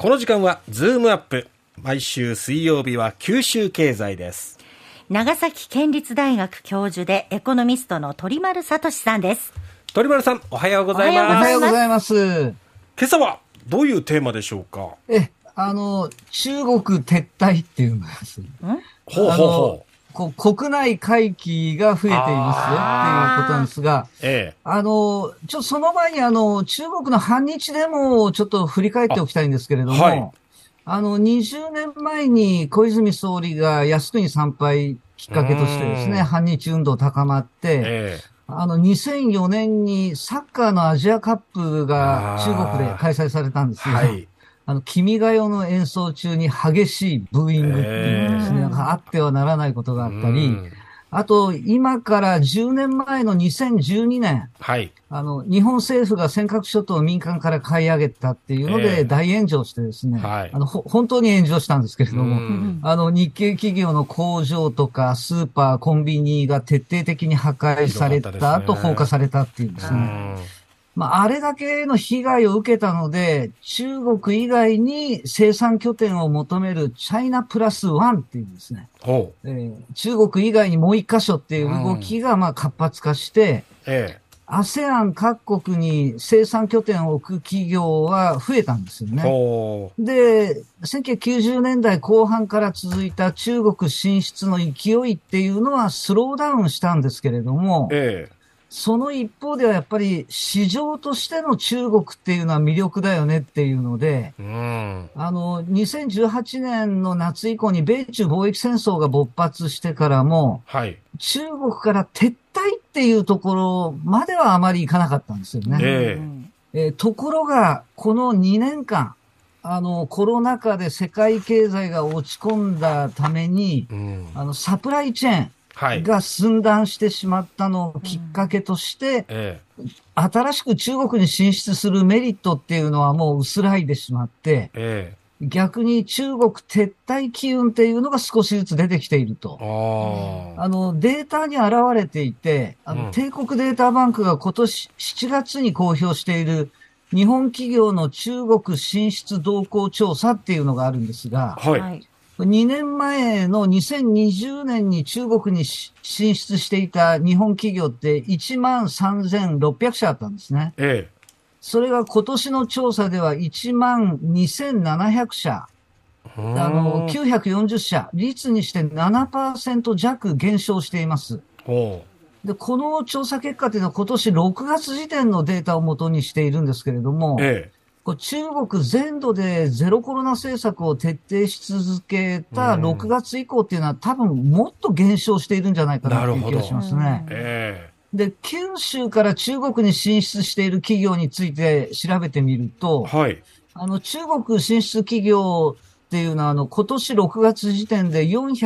この時間はズームアップ。毎週水曜日は九州経済です。 長崎県立大学教授でエコノミストの鳥丸聡さんです。 鳥丸さん、おはようございます。 おはようございます。 今朝はどういうテーマでしょうか。 中国撤退っていうのです。 ほうほうほう。 国内回帰が増えていますよっていうことなんですが、ちょっとその前に中国の反日デモをちょっと振り返っておきたいんですけれども、はい、20年前に小泉総理が靖国参拝きっかけとしてですね、反日運動高まって、2004年にサッカーのアジアカップが中国で開催されたんですよ。はい、君が代の演奏中に激しいブーイングっていうですね、あってはならないことがあったり、あと、今から10年前の2012年、はい、日本政府が尖閣諸島を民間から買い上げたっていうので大炎上してですね、本当に炎上したんですけれども、日系企業の工場とかスーパー、コンビニが徹底的に破壊された後放火されたっていうですね、あれだけの被害を受けたので、中国以外に生産拠点を求めるチャイナプラスワンっていうですね、中国以外にもう一箇所っていう動きが活発化して、ASEAN 各国に生産拠点を置く企業は増えたんですよね。で、1990年代後半から続いた中国進出の勢いっていうのはスローダウンしたんですけれども、その一方ではやっぱり市場としての中国っていうのは魅力だよねっていうので、2018年の夏以降に米中貿易戦争が勃発してからも、はい、中国から撤退っていうところまではあまりいかなかったんですよね。ところが、この2年間、コロナ禍で世界経済が落ち込んだために、サプライチェーン、が寸断してしまったのをきっかけとして、新しく中国に進出するメリットっていうのはもう薄らいでしまって、逆に中国撤退機運っていうのが少しずつ出てきていると。データに現れていて、帝国データバンクが今年7月に公表している日本企業の中国進出動向調査っていうのがあるんですが、2年前の2020年に中国に進出していた日本企業って13,600社あったんですね。それが今年の調査では12,700社、940社、率にして 7% 弱減少しています。で、この調査結果というのは今年6月時点のデータを元にしているんですけれども、中国全土でゼロコロナ政策を徹底し続けた6月以降っていうのは多分もっと減少しているんじゃないかなという気がしますね。で、九州から中国に進出している企業について調べてみると、中国進出企業っていうのは今年6月時点で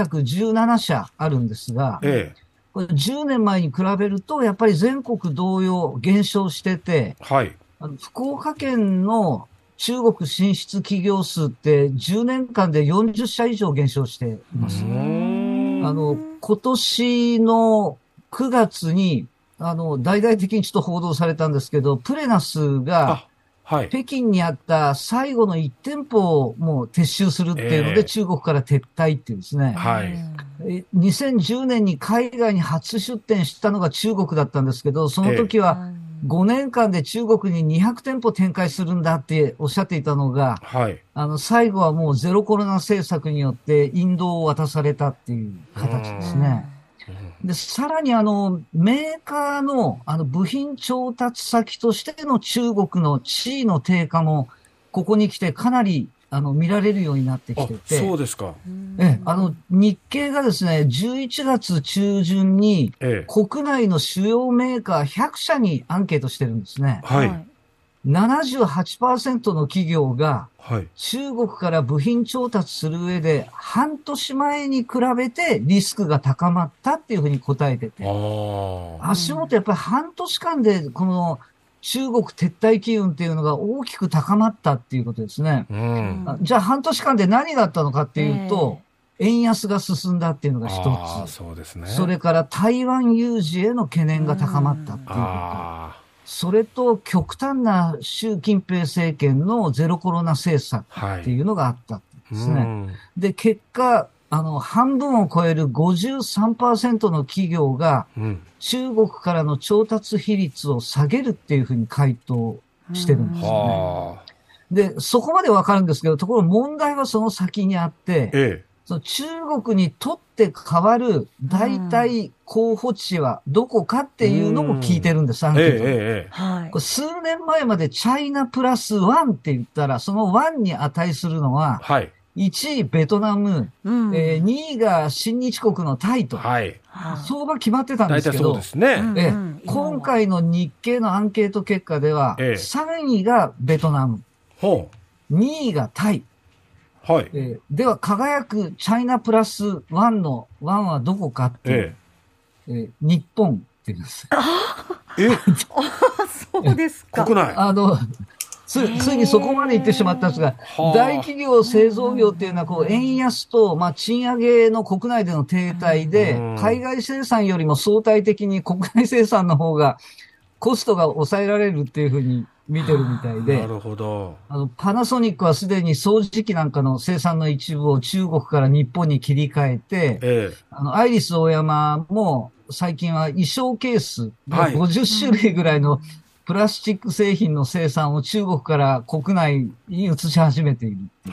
417社あるんですが、これ10年前に比べるとやっぱり全国同様減少してて、福岡県の中国進出企業数って10年間で40社以上減少しています。今年の9月に、大々的にちょっと報道されたんですけど、プレナスが、北京にあった最後の1店舗をもう撤収するっていうので、中国から撤退っていうですね。2010年に海外に初出店したのが中国だったんですけど、その時は、5年間で中国に200店舗展開するんだっておっしゃっていたのが、最後はもうゼロコロナ政策によって引導を渡されたっていう形ですね。で、さらにメーカーの部品調達先としての中国の地位の低下も、ここに来てかなり見られるようになってきてて。 そうですか。 日経がですね、11月中旬に、国内の主要メーカー100社にアンケートしてるんですね。78% の企業が、中国から部品調達する上で、半年前に比べてリスクが高まったっていうふうに答えてて。足元やっぱり半年間で、この、中国撤退機運っていうのが大きく高まったっていうことですね。じゃあ半年間で何があったのかっていうと、円安が進んだっていうのが一つ。 そうですね。 それから台湾有事への懸念が高まったっていうこと。 それと極端な習近平政権のゼロコロナ政策っていうのがあったんですね。で、結果、半分を超える 53% の企業が、中国からの調達比率を下げるっていうふうに回答してるんですよね。で、そこまでわかるんですけど、ところ問題はその先にあって、その中国にとって変わる代替候補地はどこかっていうのも聞いてるんです、アンケートで。これ数年前までチャイナプラス1って言ったら、その1に値するのは、1位ベトナム、2位が親日国のタイと、相場決まってたんですけど、今回の日経のアンケート結果では、3位がベトナム、2位がタイ。では、輝くチャイナプラス1の1はどこかって、日本って言うんです。 そうですか。 国内。 ついにそこまで行ってしまったんですが、大企業製造業っていうのは、円安と、賃上げの国内での停滞で、海外生産よりも相対的に国内生産の方が、コストが抑えられるっていうふうに見てるみたいで、 なるほど。 パナソニックはすでに掃除機なんかの生産の一部を中国から日本に切り替えて、アイリスオーヤマも最近は衣装ケース、50種類ぐらいのプラスチック製品の生産を中国から国内に移し始めているっていう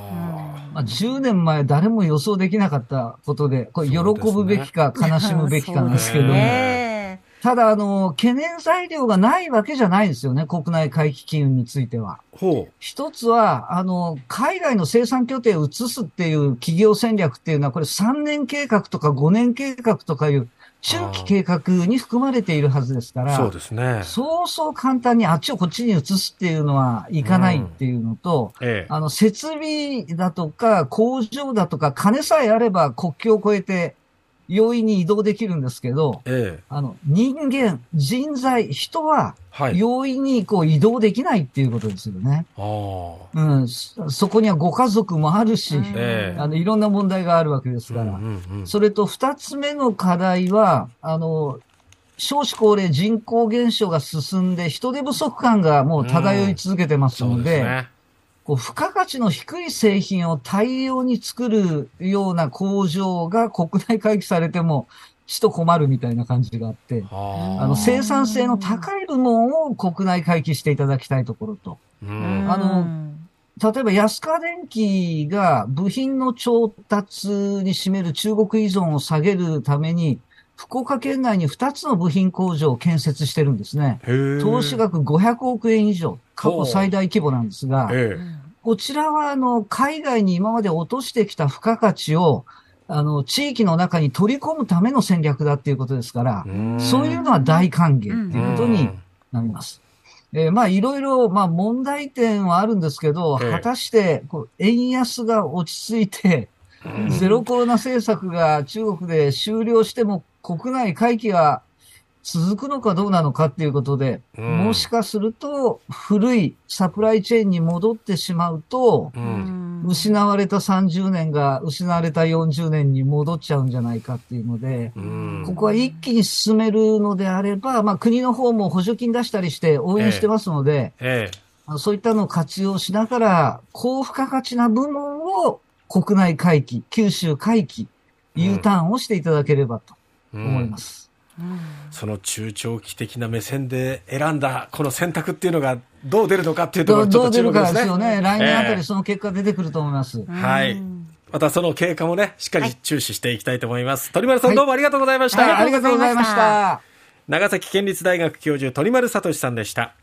。10年前誰も予想できなかったことで、これ喜ぶべきか悲しむべきかなんですけど、ただ懸念材料がないわけじゃないんですよね、国内回帰機運については。一つは、海外の生産拠点を移すっていう企業戦略っていうのは、これ3年計画とか5年計画とかいう中期計画に含まれているはずですから、 そうですね。 そうそう簡単にあっちをこっちに移すっていうのはいかないっていうのと、設備だとか工場だとか金さえあれば国境を越えて容易に移動できるんですけど、人間、人材、人は容易に移動できないっていうことですよね。そこにはご家族もあるし、いろんな問題があるわけですから。それと二つ目の課題は、少子高齢人口減少が進んで人手不足感がもう漂い続けてますので、付加価値の低い製品を大量に作るような工場が国内回帰されてもちと困るみたいな感じがあって、生産性の高い部門を国内回帰していただきたいところと、例えば安川電機が部品の調達に占める中国依存を下げるために、福岡県内に2つの部品工場を建設してるんですね。投資額500億円以上、過去最大規模なんですが、こちらは海外に今まで落としてきた付加価値を地域の中に取り込むための戦略だっていうことですから、そういうのは大歓迎っていうことになります。いろいろ、問題点はあるんですけど、果たして、円安が落ち着いて、ゼロコロナ政策が中国で終了しても、国内回帰が続くのかどうなのかっていうことで、もしかすると、古いサプライチェーンに戻ってしまうと、失われた30年が失われた40年に戻っちゃうんじゃないかっていうので、ここは一気に進めるのであれば、国の方も補助金出したりして応援してますので、そういったのを活用しながら、高付加価値な部門を国内回帰、九州回帰、U ターンをしていただければと思います。 その中長期的な目線で選んだこの選択っていうのがどう出るのかっていうところちょっと注目ですね。どう出るかですよね。来年あたりその結果出てくると思います。 はい。またその経過もね、しっかり注視していきたいと思います。鳥丸さん、どうもありがとうございました。 ありがとうございました。 長崎県立大学教授鳥丸聡さんでした。